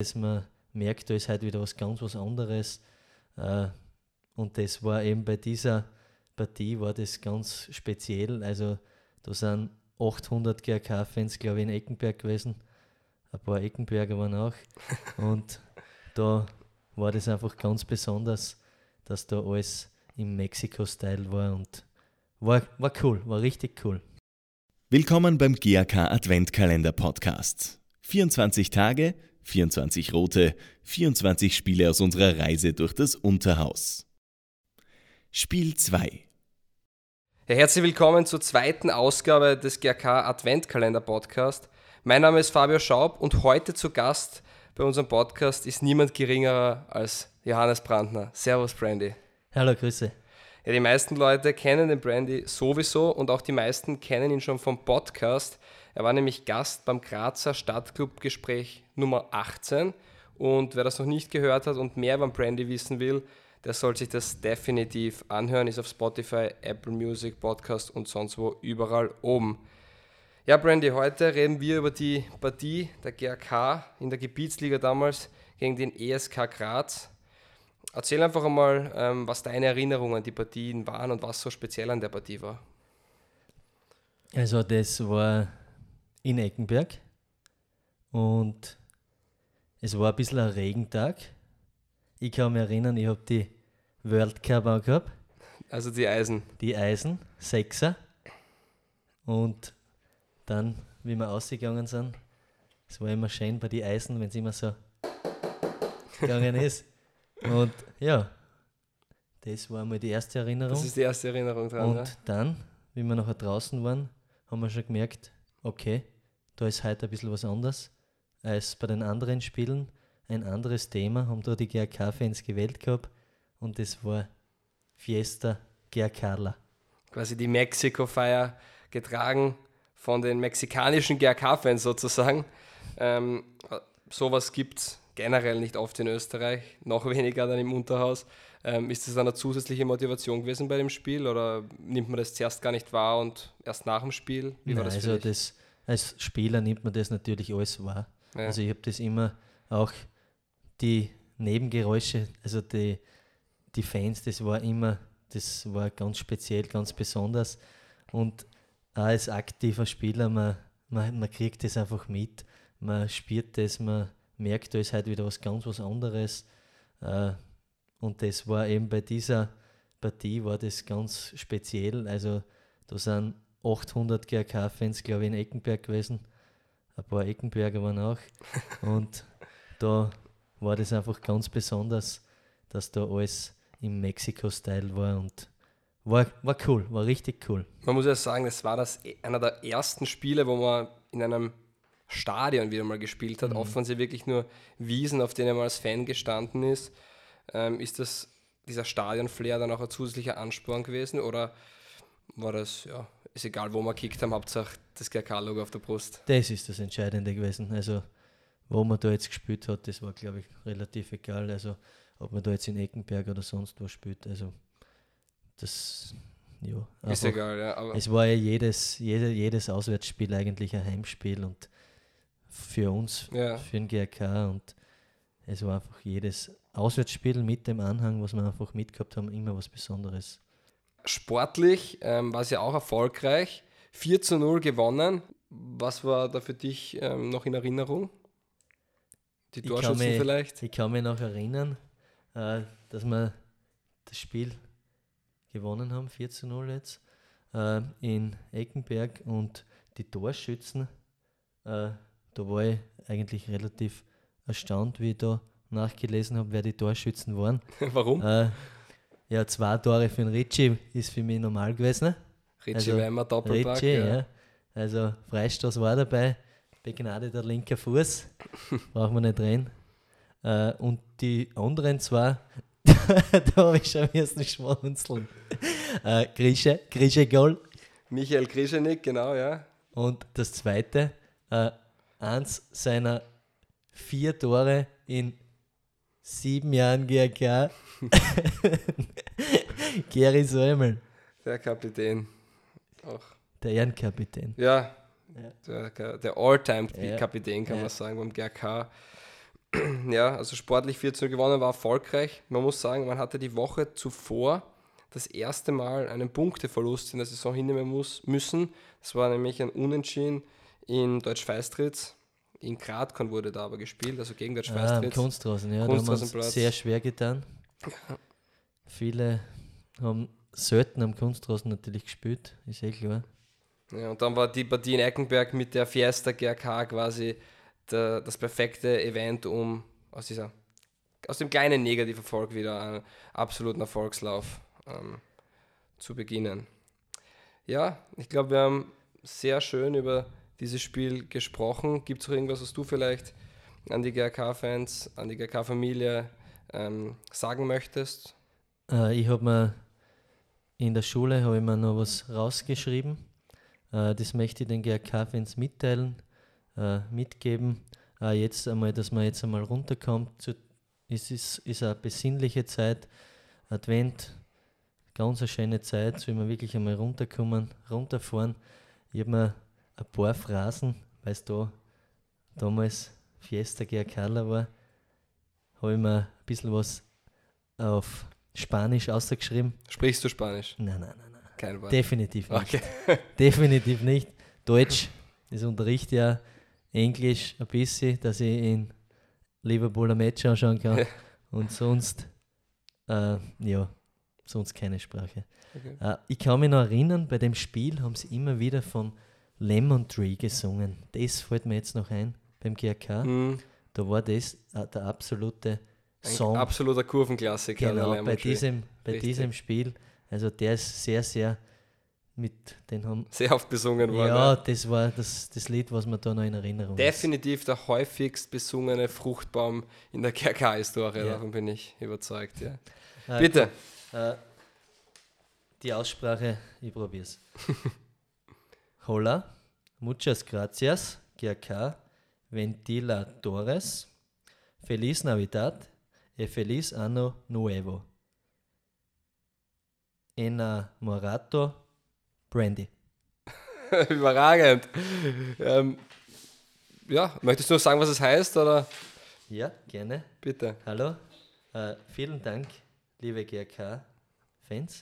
dass man merkt, da ist halt wieder was anderes. Und das war eben bei dieser Partie war das ganz speziell. Also da sind 800 GRK-Fans, glaube ich, in Eckenberg gewesen. Ein paar Eckenberger waren auch. Und da war das einfach ganz besonders, dass da alles im Mexiko-Style war und war cool, war richtig cool. Willkommen beim GAK Adventkalender Podcast. 24 Tage, 24 rote, 24 Spiele aus unserer Reise durch das Unterhaus. Spiel 2. Ja, herzlich willkommen zur zweiten Ausgabe des GAK Adventkalender Podcast. Mein Name ist Fabio Schaub und heute zu Gast bei unserem Podcast ist niemand geringerer als Johannes Brandner. Servus Brandy. Hallo, Grüße. Ja, die meisten Leute kennen den Brandy sowieso und auch die meisten kennen ihn schon vom Podcast. Er war nämlich Gast beim Grazer Stadtclub-Gespräch Nummer 18 und wer das noch nicht gehört hat und mehr beim Brandy wissen will, der soll sich das definitiv anhören, ist auf Spotify, Apple Music, Podcast und sonst wo überall oben. Ja, Brandy, heute reden wir über die Partie der GAK in der Gebietsliga damals gegen den ESK Graz. Erzähl einfach einmal, was deine Erinnerungen an die Partien waren und was so speziell an der Partie war. Also das war in Eckenberg und es war ein bisschen ein Regentag. Ich kann mich erinnern, ich habe die World Cup auch gehabt. Also die Eisen. Die Eisen, 6er. Und dann, wie wir ausgegangen sind, es war immer schön bei den Eisen, wenn es immer so gegangen ist. Und ja, das war mal die erste Erinnerung. Das ist die erste Erinnerung dran. Und ja? dann, wie wir nachher draußen waren, haben wir schon gemerkt, okay, da ist heute ein bisschen was anderes als bei den anderen Spielen. Ein anderes Thema haben da die GRK-Fans gewählt gehabt und das war Fiesta GRKler. Quasi die Mexiko-Feier getragen von den mexikanischen GRK-Fans sozusagen. Sowas gibt es generell nicht oft in Österreich, noch weniger dann im Unterhaus. Ist das eine zusätzliche Motivation gewesen bei dem Spiel oder nimmt man das zuerst gar nicht wahr und erst nach dem Spiel? Wie war das für dich? Als Spieler nimmt man das natürlich alles wahr. Ja. Also ich habe das immer auch die Nebengeräusche, also die Fans, das war ganz speziell, ganz besonders und auch als aktiver Spieler, man kriegt das einfach mit, man spürt das, man merkt, da ist halt wieder was anderes und das war eben bei dieser Partie war das ganz speziell, also da sind 800 GRK-Fans, glaube ich, in Eckenberg gewesen, ein paar Eckenberger waren auch und da war das einfach ganz besonders, dass da alles im Mexiko-Style war und war cool, war richtig cool. Man muss ja sagen, das war einer der ersten Spiele, wo man in einem Stadion wieder mal gespielt hat. Oft waren sie wirklich nur Wiesen, auf denen man als Fan gestanden ist. Ist dieser Stadion-Flair dann auch ein zusätzlicher Ansporn gewesen oder war das, ja, ist egal, wo wir gekickt haben, Hauptsache das GRK-Logo auf der Brust? Das ist das Entscheidende gewesen. Also wo man da jetzt gespielt hat, das war, glaube ich, relativ egal. Also ob man da jetzt in Eckenberg oder sonst wo spielt. Also das, ja. Ist egal, ja. Aber es war ja jedes Auswärtsspiel eigentlich ein Heimspiel und für uns, ja, für den GRK und es war einfach jedes Auswärtsspiel mit dem Anhang, was wir einfach mitgehabt haben, immer was Besonderes. Sportlich war es ja auch erfolgreich. 4:0 gewonnen. Was war da für dich noch in Erinnerung? Die Torschützen vielleicht? Ich kann mich noch erinnern, dass wir das Spiel gewonnen haben, 4:0 jetzt, in Eckenberg und die Torschützen, da war ich eigentlich relativ erstaunt, wie ich da nachgelesen habe, wer die Torschützen waren. Warum? Ja, 2 Tore für den Ritchie ist für mich normal gewesen. Ritchie war immer Doppelpack. Ritchie, ja. Also Freistoß war dabei, begnadeter linker Fuß, braucht man nicht reden. Und die anderen zwei, da habe ich schon erst nicht schmunzeln. Grische Goal. Michael Grischenik, genau, ja. Und das zweite, eins seiner 4 Tore in 7 Jahren GRK, Gary Säumel. Der Kapitän. Auch. Der Ehrenkapitän. Ja, der All-Time-Kapitän kann man sagen beim GRK. Ja, also sportlich 4-0 gewonnen, war erfolgreich. Man muss sagen, man hatte die Woche zuvor das erste Mal einen Punkteverlust in der Saison hinnehmen müssen. Das war nämlich ein Unentschieden in Deutsch-Feistritz. In Gradkorn wurde da aber gespielt, also gegen Deutsch-Feistritz. Am Kunstrasen, ja, da haben wir uns sehr schwer getan. Viele haben selten am Kunstrasen natürlich gespielt, ist klar. Ja, und dann war die Partie in Eckenberg mit der Fiesta GRK quasi das perfekte Event, um aus dem kleinen Negativerfolg wieder einen absoluten Erfolgslauf zu beginnen. Ja, ich glaube, wir haben sehr schön über dieses Spiel gesprochen. Gibt es noch irgendwas, was du vielleicht an die GRK-Fans, an die GRK-Familie sagen möchtest? Ich habe mir in der Schule noch was rausgeschrieben. Das möchte ich den GRK-Fans mitteilen, mitgeben. Jetzt einmal, dass man jetzt einmal runterkommt. Es ist eine besinnliche Zeit. Advent, ganz eine schöne Zeit, soll man wirklich einmal runterkommen, runterfahren. Ich habe mir ein paar Phrasen, weil es da damals Fiesta GRKler war, habe ich mir ein bisschen was auf Spanisch ausgeschrieben. Sprichst du Spanisch? Nein. Kein Wort. Definitiv nicht. Okay. Definitiv nicht. Deutsch, das unterrichte ja. Englisch ein bisschen, dass ich in Liverpool ein Match anschauen kann. Ja. Und sonst, sonst keine Sprache. Okay. Ich kann mich noch erinnern, bei dem Spiel haben sie immer wieder von Lemon Tree gesungen. Das fällt mir jetzt noch ein beim GRK. Da war das der absolute Song. Ein absoluter Kurvenklassiker. Genau, bei diesem Spiel. Also der ist sehr, sehr sehr oft besungen worden. Ja, das war das Lied, was mir da noch in Erinnerung Definitiv ist. Der häufigst besungene Fruchtbaum in der GRK-Historie, davon bin ich überzeugt. Ja. Bitte. Die Aussprache, ich probiere es. Hola, muchas gracias, GRK, ventiladores, feliz Navidad y feliz Año Nuevo. Enamorado Brandy. Überragend. Möchtest du noch sagen, was es heißt? Oder? Ja, gerne. Bitte. Hallo. Vielen Dank, liebe GRK-Fans.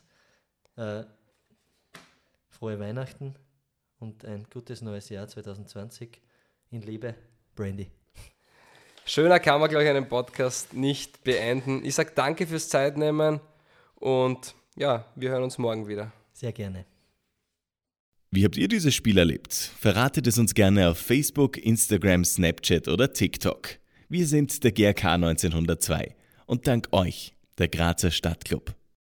Frohe Weihnachten und ein gutes neues Jahr 2020. In Liebe, Brandy. Schöner kann man, glaube ich, einen Podcast nicht beenden. Ich sage danke fürs Zeitnehmen und ja, wir hören uns morgen wieder. Sehr gerne. Wie habt ihr dieses Spiel erlebt? Verratet es uns gerne auf Facebook, Instagram, Snapchat oder TikTok. Wir sind der GRK 1902 und dank euch der Grazer Stadtclub.